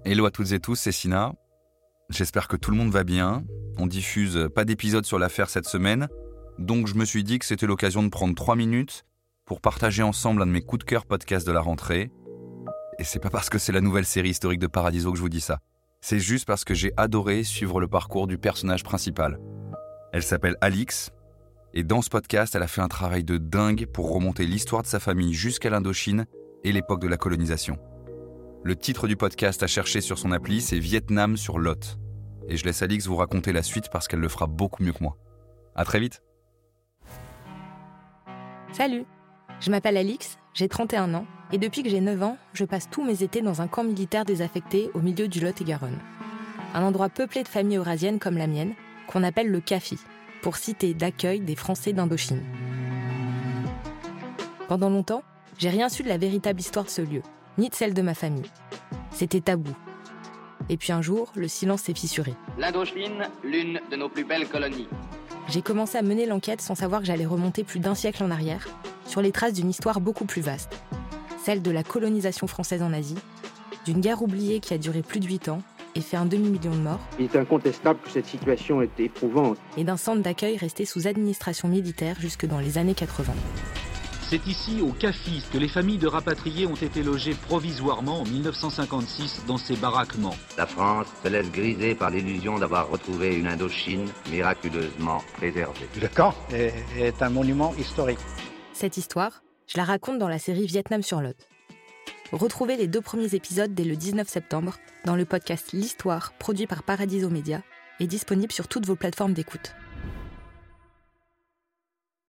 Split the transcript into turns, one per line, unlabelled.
Hello à toutes et tous, c'est Sina. J'espère que tout le monde va bien. On diffuse pas d'épisode sur l'affaire cette semaine, donc je me suis dit que c'était l'occasion de prendre 3 minutes pour partager ensemble un de mes coups de cœur podcast de la rentrée. Et c'est pas parce que c'est la nouvelle série historique de Paradiso que je vous dis ça. C'est juste parce que j'ai adoré suivre le parcours du personnage principal. Elle s'appelle Alix, et dans ce podcast, elle a fait un travail de dingue pour remonter l'histoire de sa famille jusqu'à l'Indochine et l'époque de la colonisation. Le titre du podcast à chercher sur son appli, c'est Vietnam sur Lot. Et je laisse Alix vous raconter la suite parce qu'elle le fera beaucoup mieux que moi. À très vite.
Salut, je m'appelle Alix, j'ai 31 ans, et depuis que j'ai 9 ans, je passe tous mes étés dans un camp militaire désaffecté au milieu du Lot-et-Garonne. Un endroit peuplé de familles eurasiennes comme la mienne, qu'on appelle le CAFI, pour cité d'accueil des Français d'Indochine. Pendant longtemps, j'ai rien su de la véritable histoire de ce lieu, ni de celle de ma famille. C'était tabou. Et puis un jour, le silence s'est fissuré.
L'Indochine, l'une de nos plus belles colonies.
J'ai commencé à mener l'enquête sans savoir que j'allais remonter plus d'1 siècle en arrière, sur les traces d'une histoire beaucoup plus vaste. Celle de la colonisation française en Asie, d'une guerre oubliée qui a duré plus de 8 ans et fait 1 demi-million de morts.
Il est incontestable que cette situation est éprouvante.
Et d'un centre d'accueil resté sous administration militaire jusque dans les années 80.
C'est ici, au CAFI, que les familles de rapatriés ont été logées provisoirement en 1956 dans ces baraquements.
La France se laisse griser par l'illusion d'avoir retrouvé une Indochine miraculeusement préservée.
Le camp est un monument historique.
Cette histoire, je la raconte dans la série Vietnam sur Lot. Retrouvez les 2 premiers épisodes dès le 19 septembre dans le podcast L'Histoire, produit par Paradiso Media, et disponible sur toutes vos plateformes d'écoute.